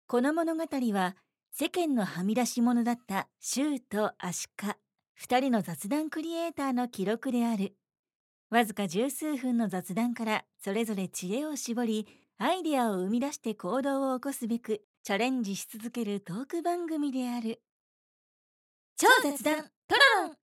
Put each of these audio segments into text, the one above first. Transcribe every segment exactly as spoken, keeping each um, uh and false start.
この物語は世間のはみ出し者だったシューとアシカ二人の雑談クリエイターの記録である。わずか十数分の雑談からそれぞれ知恵を絞り、アイデアを生み出して行動を起こすべくチャレンジし続けるトーク番組である。超雑談トロロン。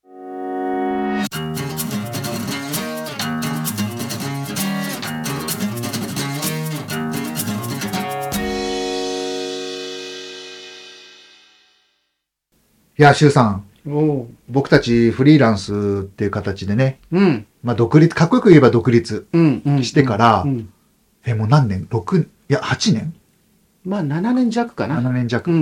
いや、シュウさん。 お僕たちフリーランスっていう形でね。 うん。 まあ、独立、かっこよく言えば独立うんうん。 してから、 うん。 え、もう何年 ?ろく、いや、はちねんまあ、ななねん弱かな。 ななねん弱。 うんうん。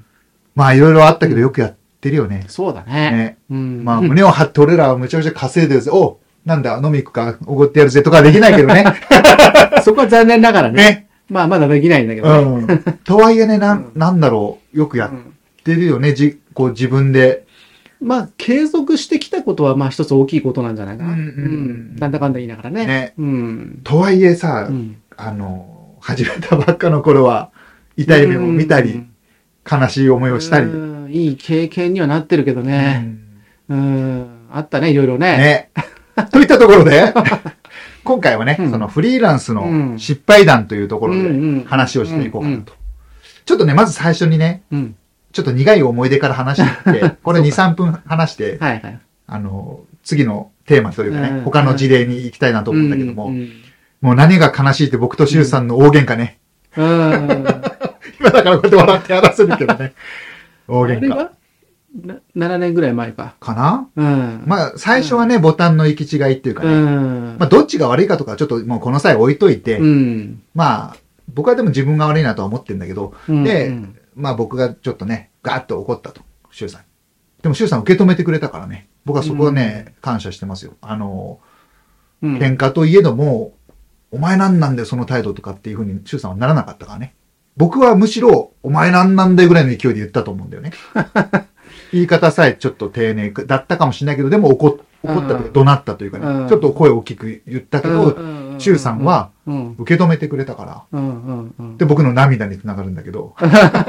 まあ、いろいろあったけどよくやってるよね。 そうだね。 ね。 うん。 まあ、胸を張って俺らはむちゃくちゃ稼いでるぜ。おなんだ、飲み行くか、おごってやるぜとかできないけどね。 そこは残念ながらね。 ね。 まあ、まだできないんだけどね。 うん。とはいえね、なん、なんだろう。よくやってるよね。じ、こう自分で。 まあ、継続してきたことは、まあ、一つ大きいことなんじゃないかな。 うんうんうんなんだかんだ言いながらね。 ね。 うん。 とはいえさ、 うん。 あの、始めたばっかの頃は、痛い目を見たり、悲しい思いをしたり。 うんいい経験にはなってるけどね。うん。あったね、いろいろね。 ね。といったところで、今回はね、 うんそのフリーランスの失敗談というところで話をしていこうかなと。ちょっとね、まず最初にね、 うん。 ちょっと苦い思い出から話していって、これに、さんぷん話して、 はいはい。 あの、次のテーマというかね、 うん他の事例に行きたいなと思うんだけども、 うんうんもう何が悲しいって僕とシュウさんの大喧嘩ね。 うん。 今だからこうやって笑って話せるけどね。大喧嘩。 あれがなななねんぐらい前か。 かなうん。 まあ、最初はね、ボタンの行き違いっていうかうね。 ん。 まあ、どっちが悪いかとかちょっともうこの際置いといて、 うん。 まあ、僕はでも自分が悪いなとは思ってるんだけど、 うんで、 うんまあ僕がちょっとね、ガーッと怒ったと、シュウさんに。でもシュウさん受け止めてくれたからね、僕はそこはね、感謝してますよ。あの、 うん。 喧嘩といえども、お前なんなんでその態度とかっていうふうにシュウさんはならなかったからね。僕はむしろ、お前なんなんでぐらいの勢いで言ったと思うんだよね。言い方さえちょっと丁寧だったかもしれないけど、でも怒っ怒ったというか、怒鳴ったというかね、 うんちょっと声を大きく言ったけど、シュウさんはうん受け止めてくれたから、 うんうんうんで、僕の涙につながるんだけど。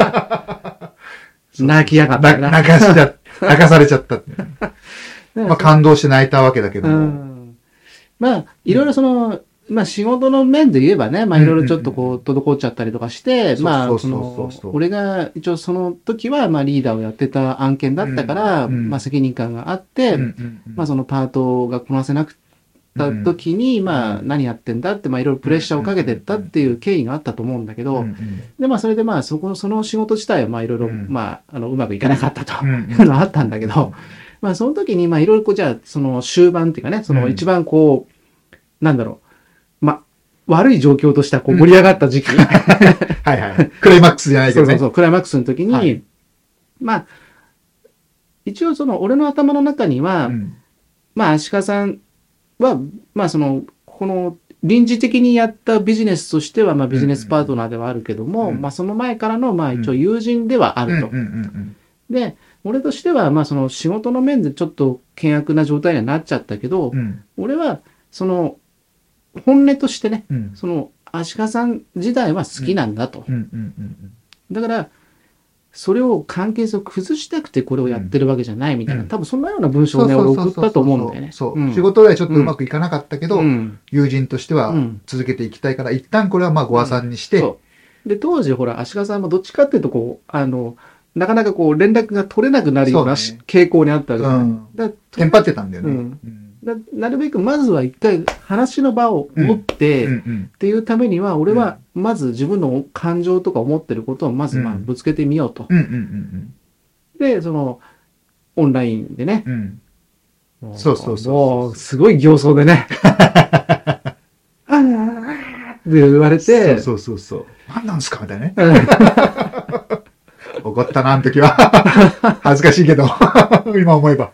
泣きやがったな。 な泣かしちゃ、泣かされちゃったって。まあ感動して泣いたわけだけどうも。 ん。まあ、いろいろその、まあ仕事の面で言えばね、まあいろいろちょっとこう、滞っちゃったりとかして、 うんまあ、そそうそうそうそうの、俺が一応その時は、まあリーダーをやってた案件だったから、 うんうんまあ責任感があって、 うんうんうんまあそのパートがこなせなくった時に、まあ何やってんだって、まあいろいろプレッシャーをかけてったっていう経緯があったと思うんだけど、 うんうんで、まあそれでまあそこ、その仕事自体はまあいろいろ、 うんまあ、あの、うまくいかなかったとうんいうのはあったんだけど、まあその時にまあいろいろこう、じゃあその終盤っていうかね、その一番こう、なんだろう、まあ、悪い状況としてはこう盛り上がった時期。 はいはい。クライマックスじゃないけどね。 そうそうそう、クライマックスの時に、 はいまあ、一応その俺の頭の中には、 うんまあ、足利さんは、まあその、この、臨時的にやったビジネスとしては、まあビジネスパートナーではあるけども、 うんまあその前からの、まあ一応友人ではあると。 うんうんうんで、俺としては、まあその仕事の面でちょっと険悪な状態にはなっちゃったけど、 うん俺は、その、本音としてね、 うんその、足利さん自体は好きなんだと。 うんうんうんだから、それを関係性を崩したくてこれをやってるわけじゃないみたいな、 うん多分そんなような文章をね、俺送ったと思うんだよね。 そう。 うん仕事ではちょっとうまくいかなかったけど、 うん友人としてはうん続けていきたいから、一旦これはまあご破算にして、 そう。で、当時ほら、足利さんもどっちかっていうとこう、あの、なかなかこう連絡が取れなくなるようなそうね傾向にあったわけじゃないうんだテンパってたんだよね。 うんうんだなるべくまずは一回話の場を持って、 うんうんっていうためには、俺はまず自分の感情とか思ってることをまずまあうんぶつけてみようと。 うんうんうんで、その、オンラインでね。 うんうんもそうそうそうもう、すごい形相でね。ああって言われて、 そうそうそうそう。何なんすかみたいなね。 うん怒ったな、あの時は。恥ずかしいけど。今思えば。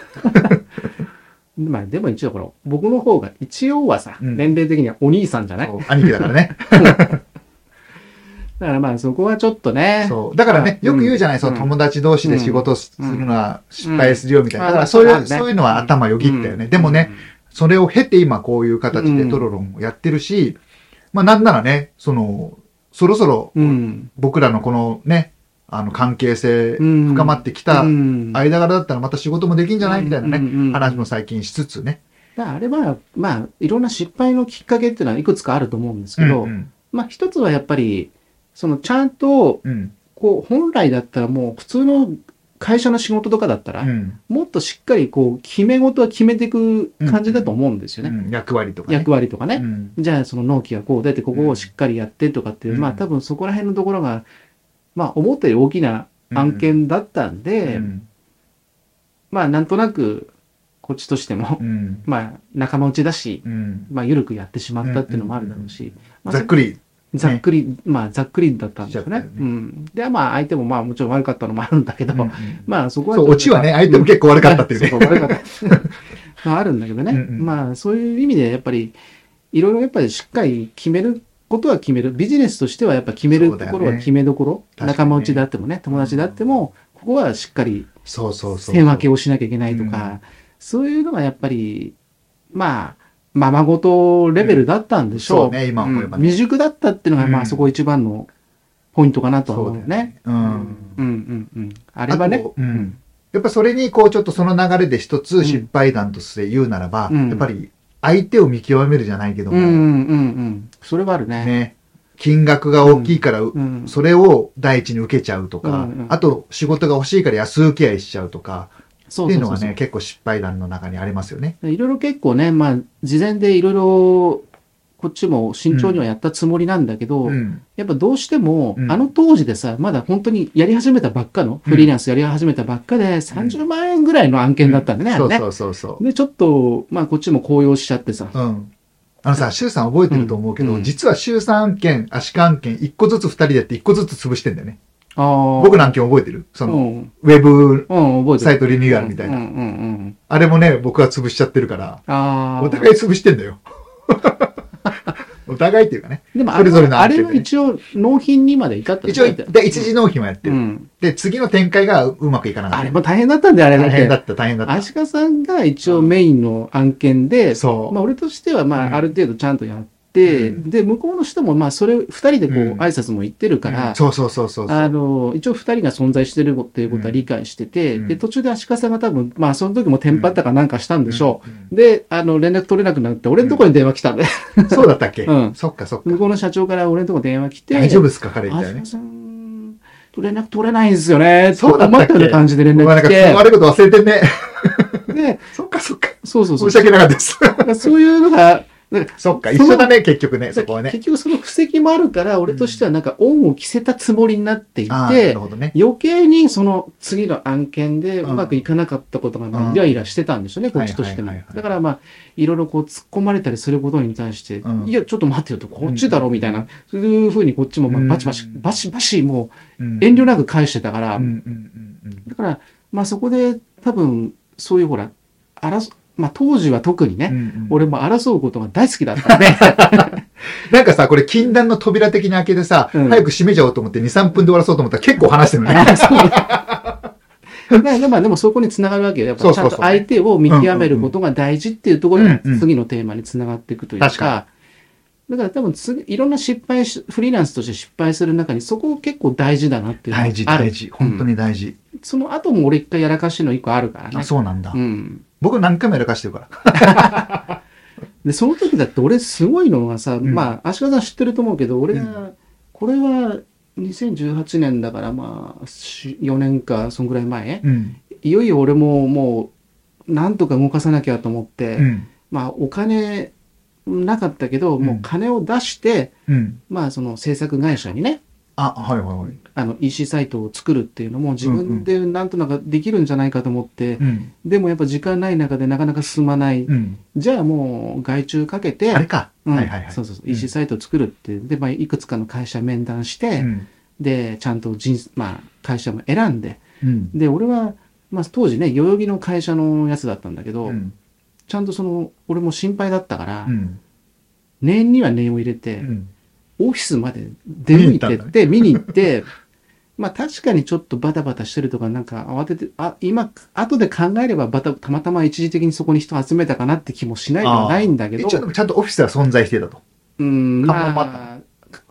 まあでも一応この、僕の方が一応はさ、 うん年齢的にはお兄さんじゃないそう兄貴だからね。 だからまあそこはちょっとね。 そう。だからね、よく言うじゃない、 うんその友達同士で仕事するのは失敗するよみたいな。 うんだからそういう、 まあねそういうのは頭よぎったよね。 うんでもね、それを経て今こういう形でトロロンをやってるし、まあなんならね、その、 そろそろうん。 僕らのこのね、あの関係性うん深まってきたうん間柄だったらまた仕事もできんじゃないみたいなね、 うんうんうん話も最近しつつね。 だからあれは、まあ、いろんな失敗のきっかけっていうのはいくつかあると思うんですけど、 うんうんまあ一つはやっぱり、そのちゃんと、 うんこう、本来だったらもう普通の会社の仕事とかだったら、 うんもっとしっかりこう、決め事は決めていく感じだと思うんですよね。 うん役割とかね。 役割とかね。 うんじゃあその納期がこう出て、ここをしっかりやってとかっていう、 うんまあ多分そこら辺のところが、まあ思ったより大きな案件だったんで、 うんまあなんとなく、こっちとしても、 うんまあ仲間内だし、 うんまあ緩くやってしまったっていうのもあるだろうし、まあざっくり。 ざっくり、まあざっくりだったんですよね。 しちゃったよねうん。で、まあ相手もまあもちろん悪かったのもあるんだけど、 うんうんまあそこは。 そう、オチはね、相手も結構悪かったっていうね。 そう悪かった。まああるんだけどね。 うんうんまあそういう意味でやっぱり、いろいろやっぱりしっかり決めることは決める。ビジネスとしてはやっぱ決めるところは決めどころ。 確かにね仲間内であってもね、友達であっても、ここはしっかりそうそうそう。 線分けをしなきゃいけないとか、そういうのがやっぱり、まあ、ままごとレベルだったんでしょう。 そうね今思えばねうん未熟だったっていうのが、まうんあそこ一番のポイントかなとは思うねそうだよね。。うん。 うんうんうん。あれはねあと。うんやっぱそれに、こう、ちょっとその流れで一つ失敗談として言うならば、 うんやっぱり相手を見極めるじゃないけども、 うんうんうんうん。それはあるね。 ね、金額が大きいから、 うん。 それを第一に受けちゃうとか、 うんうんあと仕事が欲しいから安請け合いしちゃうとか、 そっていううそうそうそうのがね、結構失敗談の中にありますよね。 いろいろ結構ね、まあ、事前でいろいろ、こっちも慎重にはやったつもりなんだけど、 うん。 やっぱどうしても、 うんあの当時でさ、まだ本当にやり始めたばっかの、フリーランスやり始めたばっかで、さんじゅうまん円ぐらいの案件だったんでね、あれね。 そうそうそうそう。 で、ちょっと、まあ、こっちも高揚しちゃってさ。 うん。あのさ、周さん覚えてると思うけど、 うんうん実は周さん案件、アシカ案件、一個ずつ二人でやって一個ずつ潰してんだよね。 ああ。 僕の案件覚えてるその、 うん。 ウェブうん、覚えてる。 サイトリニューアルみたいな。 うん、うん、うん。 あれもね、僕は潰しちゃってるから、 ああ。 お互い潰してんだよ。お互いっていうかね。 でもあそれぞれれは、あれの案件でねは一応、納品にまで至ったん一応、 だってで、一時納品はやってる。 うん。 で、次の展開がうまくいかなかった。 あれも大変だったんだよ、あれだって。 大変だった、大変だった。 足利さんが一応メインの案件で、 そう。 まあ俺としてはまうんあある程度ちゃんとやって、 うんで、向こうの人もまあそれ、二人でこううん挨拶も行ってるから、 うんそうそうそうそうそう。 あの、一応二人が存在してるっていうことは理解してて、 うんで、途中で足利さんが多分、まあその時もテンパったかなんかしたんでしょう。 うんで、あの、連絡取れなくなって、俺のところに電話来たんで、 うんそうだったっけうんそっかそっか。 向こうの社長から俺のところに電話来て、 大丈夫ですか彼みたいなね足利。さん、連絡取れないんですよね。 そうだったっけ困ったような感じで連お前なんか、 絡来て、 悪いこと忘れてんね。 で、 そっかそっか。 そうそうそう。 申し訳なかったです。 だからそういうのが、 そっか、一緒だね、結局ね、そこはね。 結局その布石もあるから、俺としてはなんか恩を着せたつもりになっていああ、なてる、ほどね。 余計にその次の案件でううんまくいかなかったことがまうんあイライラしてたんですよね、こっちとしてもはいはいはいは。いことだからまあ、いろいろこう突っ込まれたりすることに対してう、んいや、ちょっと待ってよと、こっちだろみたいな、そういうふうにこっちもまあバチバチ、バシバシもう遠慮なく返してたからうん、うんうんうんだからまあそこで多分そういうほら、争まあ当時は特にね、 うんうん俺も争うことが大好きだったんで、 なんかさ、これ禁断の扉的に開けてさ、 うん早く閉めちゃおうと思ってに、さんぷんで終わらそうと思ったら結構話してるね。 あそうだからまあでもそこにつながるわけよ。やっぱちゃんと相手を見極めることが大事っていうところがうんうん次のテーマにつながっていくというか、 確かだから多分次、いろんな失敗し、フリーランスとして失敗する中にそこ結構大事だなっていうのがある。 大事、大事。本当に大事。 その後も俺一回やらかしてるの一個あるからね。 あ、そうなんだう。ん。 僕何回もやらかしてるから。 で、その時だって俺すごいのがさ、 んまあ、足利さん知ってると思うけど、俺うが、これはにせんじゅうはちねんだからまあ、しよねんか、そんぐらい前、 うん。 いよいよ俺ももう、なんとか動かさなきゃと思って、 うん。 まあ、お金なかったけど、 うんもう金を出して、 うん。 まあ、その制作会社にね、 あ、はいはいはい。 あの イーシー サイトを作るっていうのも自分でなんとなくできるんじゃないかと思って、 うん。 でもやっぱ時間ない中でなかなか進まない。 うん。 じゃあもう外注かけて、 あれか。 うんはいはいはい。 そうそうそう、イーシー サイトを作るって、で、まあ、いくつかの会社面談して、 うん。 で、ちゃんと人、まあ、会社も選んで、 うん。 で、俺は、まあ、当時ね、代々木の会社のやつだったんだけど、 うん。 ちゃんとその、俺も心配だったから、 うん。 念には念を入れて、 うん。 オフィスまで出向いてって、見に行って、まあ確かにちょっとバタバタしてるとか、なんか慌てて、あ、今、後で考えればバタ、たまたま一時的にそこに人集めたかなって気もしないではないんだけど、 一応でもちゃんとオフィスは存在してたと。 うん、 看板もあったまあ、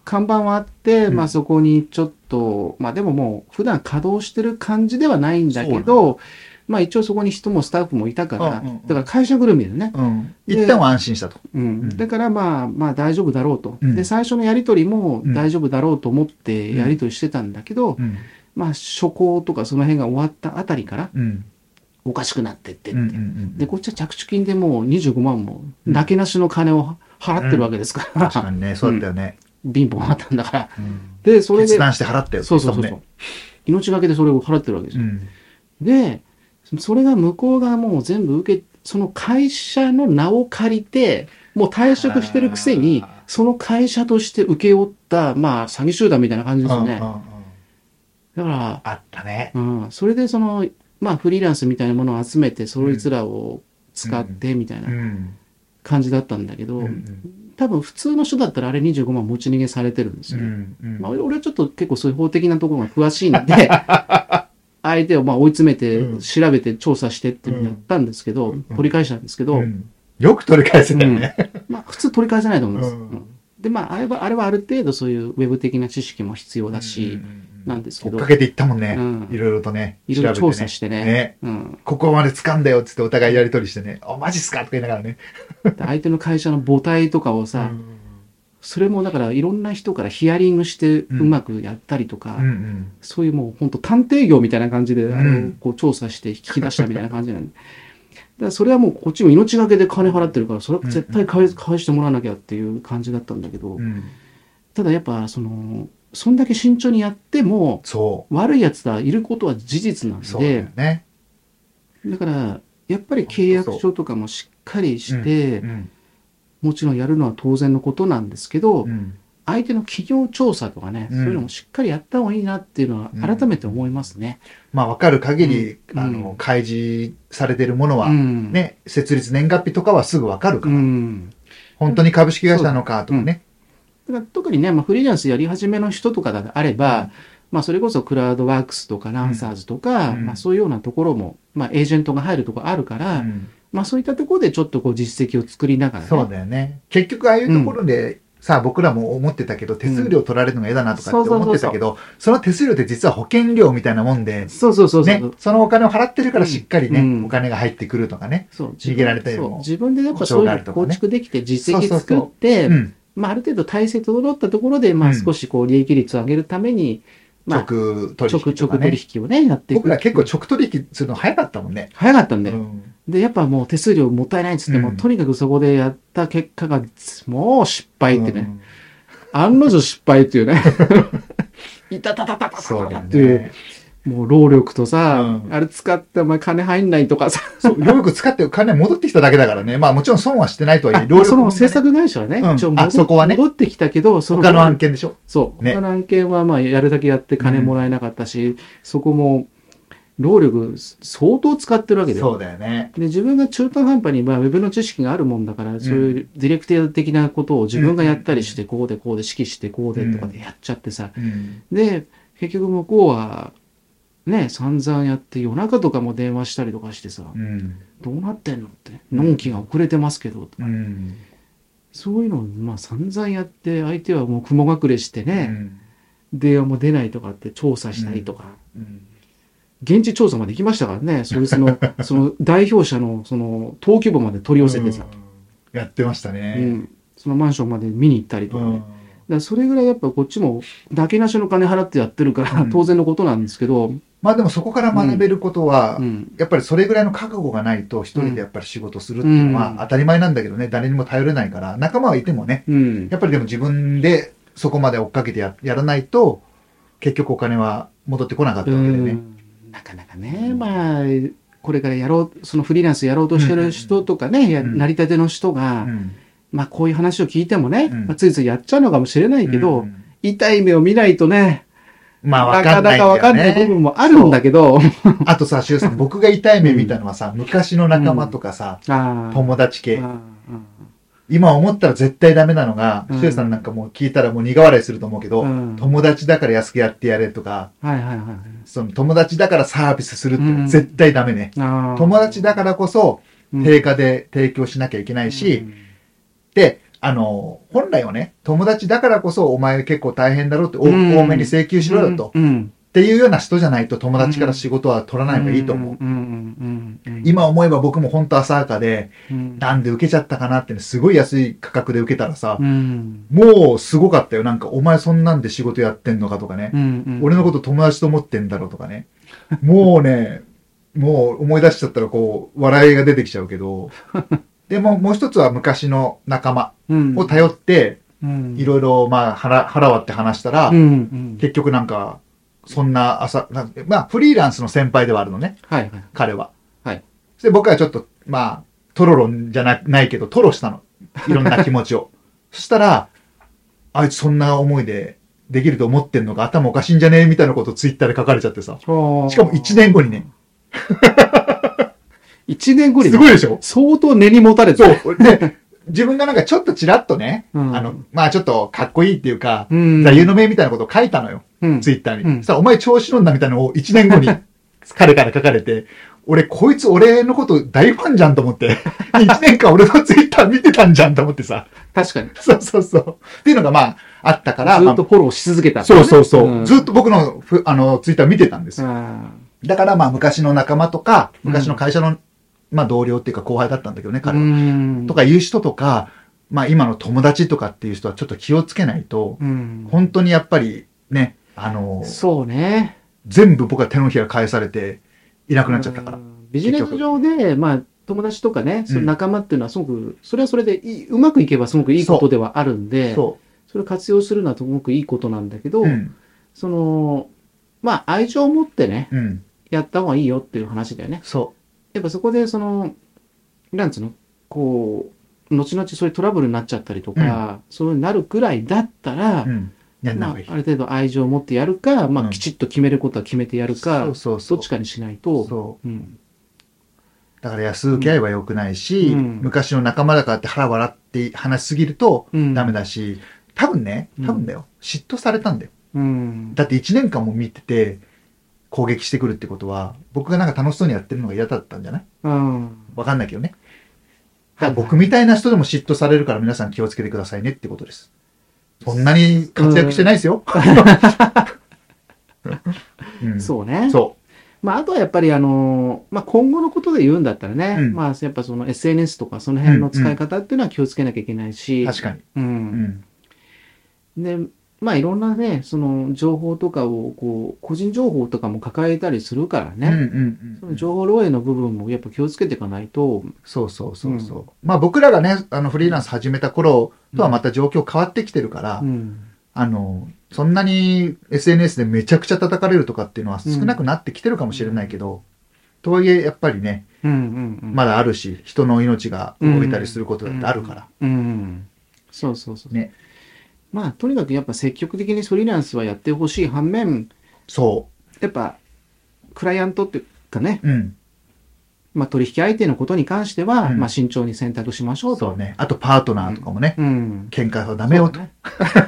看板はあって、 うんまあそこにちょっと、まあでももう普段稼働してる感じではないんだけそうど、まあ一応そこに人もスタッフもいたから、 うんうんうんだから会社ぐるみでね。 うん。 で一旦は安心したと。 うん。 んだからまあまあ大丈夫だろうと。 うんで、最初のやりとりもうん大丈夫だろうと思ってやりとりしてたんだけど、 うん。 まあ初行とかその辺が終わったあたりからうん。 おかしくなってってって。 うんうんうんで、こっちは着手金でもうにじゅうごまんも、なけなしの金を払ってるわけですから。 確かにね、そうだったよね。 貧乏あったんだから。 うんで、それで決、断して払ったよってそうそうそうそう言ったもんね。。 命がけでそれを払ってるわけですよ。 うん。 で、それが向こうがもう全部受け、その会社の名を借りて、もう退職してるくせにあー、 その会社として請け負った、まあ、詐欺集団みたいな感じですよね。 うんうんうんだから、 あったね。 うん、それでその、まあ、フリーランスみたいなものを集めて、そいつらを使ってみたいなうん。 感じだったんだけど、 うん多分普通の人だったらあれにじゅうごまん持ち逃げされてるんですうよね。 んうんまあ、俺俺はちょっと結構そういう法的なところが詳しいんで、相手をまあ追い詰めて、 うん調べて調査してっていうのをやったんですけど、 ん取り返したんですけど、 うんよく取り返せたよね。 まあ普通取り返せないと思います。 うんうんで、まああれは、あれはある程度そういうウェブ的な知識も必要だし、なんですけど追っかけていったもんねうん。 いろいろとね。 いろいろ調べてね調査してね。 ね。 うん、 ここまで掴んだよっつってお互いやりとりしてね。あ、マジっすかとか言いながらね。 で相手の会社の母体とかをさ、 うんそれもだからいろんな人からヒアリングしてうまくやったりとか、 うんうんそういうもう本当探偵業みたいな感じで、あれをうんこう調査して引き出したみたいな感じなんで。だからそれはもうこっちも命がけで金払ってるから、それは絶対返返してもらわなきゃっていう感じだったんだけど、 うんただやっぱその、そんだけ慎重にやっても、 そ悪い奴がいることは事実なんう。そうだよで、 ね。 だから、やっぱり契約書とかもしっかりしてう、んもちろんやるのは当然のことなんですけどう、ん相手の企業調査とかね、 うんそういうのもしっかりやった方がいいなっていうのは改めて思いますね。 まあ、わかる限り、 うんあの、開示されてるものは、 うん。 ね、設立年月日とかはすぐわかるうから。 ん。 本当に株式会社なのかとかね。 だから特にね、まあ、フリーランスやり始めの人とかであれば、まあ、それこそクラウドワークスとかランサーズとか、 うんまあ、そういうようなところも、まあ、エージェントが入るところあるから、 うんまあ、そういったところでちょっとこう実績を作りながらね。 そうだよね。結局ああいうところで、さあ僕らも思ってたけど、手数料取られるのが嫌だなとかって思ってたけど、その手数料って実は保険料みたいなもんで、 そうそうそうそう。 ね、そのお金を払ってるからしっかりね、 うんお金が入ってくるとかね。 そう逃げられたりもそう自分でやっぱそういうの構築できて実績作って、 うん。 まあ、ある程度体制整ったところで、まあ、 うん少しこう利益率を上げるために、まあ、 直取直引とかね。 直取引をね、やっていく。 僕ら結構直取引するの早かったもんね。 早かったんで。 うんで、やっぱもう手数料もったいないっつっても、 うんとにかくそこでやった結果が、もう失敗ってね。案の定失敗っていうね。いたたたたたたそうだよたっていう、 ね。 もう労力とさ、 うんあれ使ってお前金入んないとかさ。 そう、よく使って金戻ってきただけだからね。まあもちろん損はしてないとはいえ、 あその労力もね制作会社はね、 うん一応戻あそこはね戻ってきたけど、その他の案件でしょ。 そう。 ね他の案件はまあやるだけやって金もらえなかったし、そこも労力相当使ってるわけで。 そうだよね。 で、自分が中途半端にまあウェブの知識があるもんだから、そういうディレクティ的なことを自分がやったりして、こうでこうで指揮してこうでとかでやっちゃってさ。 うん。 で、結局向こうは、ね、散々やって夜中とかも電話したりとかしてさ、 うん。 どうなってんのって。納期が遅れてますけど、とかうん。 そういうのをまあ散々やって、相手はもう雲隠れしてうね、 ん。 電話も出ないとかって調査したりとか、 うん現地調査まで行きましたからね、そいつの、その代表者のその登記簿まで取り寄せてさ、 うんやってましたうね。 ん、そのマンションまで見に行ったりとかね。 うんだからそれぐらいやっぱこっちも、だけなしの金払ってやってるから、 うん当然のことなんですけど、 まあでもそこから学べることはう、ん。 やっぱりそれぐらいの覚悟がないと一人でやっぱり仕事するっていうのうんは当たり前なんだけどね、誰にも頼れないから、仲間はいてもね、 うん。 やっぱりでも自分でそこまで追っかけてややらないと、結局お金は戻ってこなかったわけでね。 うんなかなかね、まあ、これからやろう、そのフリーランスやろうとしてる人とかね、やうんなりたての人が、 うんまあこういう話を聞いてもね、 うんまあついついやっちゃうのかもしれないけど、 うん痛い目を見ないとね、 まあわなかかんないんだよね。 なかわかんない部分もあるんだけど、 あとさ、シュウさん、僕が痛い目見たのはさ、昔の仲間とかさ、 ああ友達系。 あ今思ったら絶対ダメなのが、 うんシュウさんなんかもう聞いたらもう苦笑いすると思うけど、 うん友達だから安くやってやれとか、 あはいはいはい。 その友達だからサービスするってうん絶対ダメね。 ああ友達だからこそ、 うん定価で提供しなきゃいけないし、 うんで、 あの、本来はね、友達だからこそお前結構大変だろうって、おうん多めに請求しろよと、 うんうんっていうような人じゃないと友達から仕事は取らない方がいいと思う。 うんうんうんうん今思えば僕も本当浅はかで、 うんなんで受けちゃったかなってね、すごい安い価格で受けたらさ、 うんもうすごかったよ。なんか、お前そんなんで仕事やってんのかとかね。 うんうん俺のこと友達と思ってんだろうとかね。もうね、もう思い出しちゃったらこう、笑いが出てきちゃうけど、でももう一つは昔の仲間うんを頼って、 うんいろいろまあ腹、腹割って話したら、 うんうん結局なんか、そんな朝、なんまあフリーランスの先輩ではあるのね、 はいはい。 彼は。 はい。 で、僕はちょっと、まあ、トロロンじゃなないけど、トロしたの。いろんな気持ちを。そしたら、あいつそんな思いでできると思ってんのか、頭おかしいんじゃねえみたいなことをツイッターで書かれちゃってさ。しかも一年後にね。 一年後にねすごいでしょ相当根に持たれてそう。で、自分がなんかちょっとチラッとね、 うんあの、まあちょっとかっこいいっていうか、 うん座右の銘みたいなことを書いたのよ。 うんツイッターに。 うんそしたら、お前調子乗んなみたいなのを一年後に彼から書かれて、俺、こいつ俺のこと大ファンじゃんと思って、一年間俺のツイッター見てたんじゃんと思ってさ。 確かに。 そうそうそう。っていうのがまあ、あったから。 ずっとフォローし続けた、 まあそうそうそう。 んずっと僕のふ、あの、ツイッター見てたんですよ。 あだからまあ、昔の仲間とか、昔の会社の、まあ、同僚っていうか後輩だったんだけどね、 ー彼は。 うんとかいう人とか、まあ、今の友達とかっていう人はちょっと気をつけないと、 うん本当にやっぱりね、あの、 そうね。 全部僕は手のひら返されていなくなっちゃったから。 うんビジネス上で、まあ、友達とかね、その仲間っていうのはすごく、それはそれでいいうまくいけばすごくいいことではあるんで、 そそれを活用するのはすごくいいことなんだけど、 う。うん。 その、まあ、愛情を持ってね、 うん。 やった方がいいよっていう話だよね。 そやっぱそこで、その、なんつうの、こう、後々そういうトラブルになっちゃったりとか、そうなるくらいだったら、 う。うん。やんなまあ、 方がいい。 ある程度愛情を持ってやるか、まあ、 うんきちっと決めることは決めてやるか、 そうそうそう。 どっちかにしないと、 そう。 うん。 だから安請け合いは良くないし、 うん昔の仲間だからって腹笑って話しすぎるとうんダメだし、多分ね、多分だよ、嫉妬されたんだよ。 うん。 だっていちねんかんも見てて攻撃してくるってことは、僕がなんか楽しそうにやってるのが嫌だったんじゃない？ うん。 わかんないけどね。だから僕みたいな人でも嫉妬されるから皆さん気をつけてくださいねってことです。そんなに活躍してないですよ。うんそうね。 そまあ、あとはやっぱりあの、まあ、今後のことで言うんだったらね、 うんまあ、やっぱその エスエヌエス とかその辺の使い方っていうのは気をつけなきゃいけないし、 う。確かに。 う。 うんん。 で、まあ、いろんなね、その情報とかを、こう、個人情報とかも抱えたりするからね、 うんうんうんその情報漏洩の部分もやっぱ気をつけていかないと、 そうそうそうそう。まあ僕らがね、あのフリーランス始めた頃とはまた状況変わってきてるから、 うん。 あの、そんなに エスエヌエス でめちゃくちゃ叩かれるとかっていうのは少なくなってきてるかもしれないけど、とはいえやっぱりね、 うんうんうん。 まだあるし、人の命が動いたりすることだってあるから。 うん。うん。そうそうそう。 ね。 まあ、とにかくやっぱ積極的にフリーランスはやってほしい反面、 そやっぱ、クライアントっていうかね、 う。うん。 まあ、取引相手のことに関しては、 うんまあ、慎重に選択しましょうと。 そうね。あとパートナーとかもね、 うん。 喧嘩はダメよと。 そうね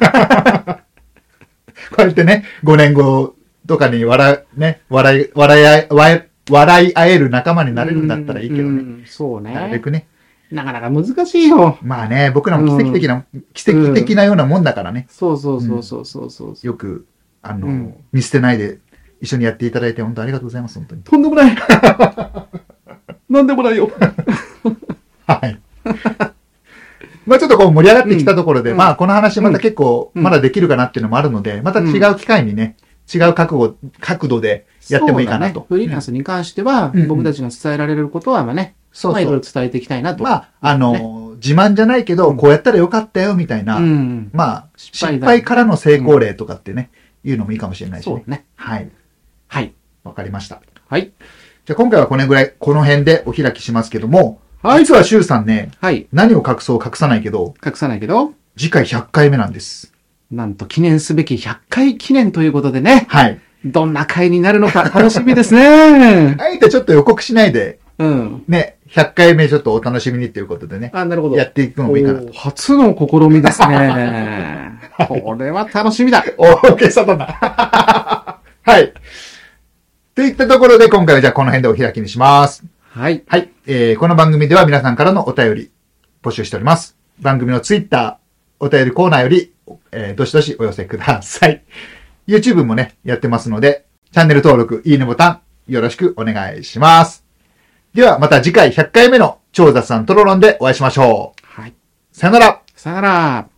こうやってね、ごねんごとかに笑い、ね、笑い、笑いあえ、笑い笑い合える仲間になれるんだったらいいけどね。 うんそうね。 なるべくね。 なかなか難しいよ。 まあね、僕らも奇跡的な、奇跡的なようなもんだからね。 そうそうそうそうそうそう。 よく、あの、 うん見捨てないで一緒にやっていただいて本当ありがとうございます、本当に。 とんでもない。なんでもないよ。 はい。まあちょっとこう盛り上がってきたところで、 うんまあこの話また結構うんまだできるかなっていうのもあるので、また違う機会にね、違う覚悟、角度でやってもいいかなと。 そうだねフリーランスに関しては、 うん僕たちが伝えられることは、まあね、まあいろいそうそう。 ろ伝えていきたいなと。 まあ、あの、自慢じゃないけど、 うんこうやったらよかったよ、みたいな、 うん。 まあ、 失敗だ失敗からの成功例とかってね、いうのもいいかもしれないしね。 そうだね。 はい。 はい。 わかりました。 はい。 じゃあ今回はこれぐらい、この辺でお開きしますけども、 はい実はシュウさんね、 はい。 何を隠そう隠さないけど、 隠さないけど、 次回ひゃっかいめなんです。 なんと記念すべきひゃっかい記念ということでね、 はい。 どんな回になるのか楽しみですね。 あえてちょっと予告しないで、 うん。 ね、ひゃっかいめちょっとお楽しみにっていうことでね、 あ、なるほど。 やっていくのもいいかなとおー。初の試みですね。これは楽しみだ。 おー、けさだな。はい。といったところで今回はじゃあこの辺でお開きにします。 はい。 はい。えー、この番組では皆さんからのお便り募集しております。 番組のツイッター、お便りコーナーより、えー、どしどしお寄せください。YouTube もね、やってますので、チャンネル登録、いいねボタン、よろしくお願いします。ではまた次回ひゃっかいめの超雑談トロロンでお会いしましょう。 はい。 さよなら。 さよなら。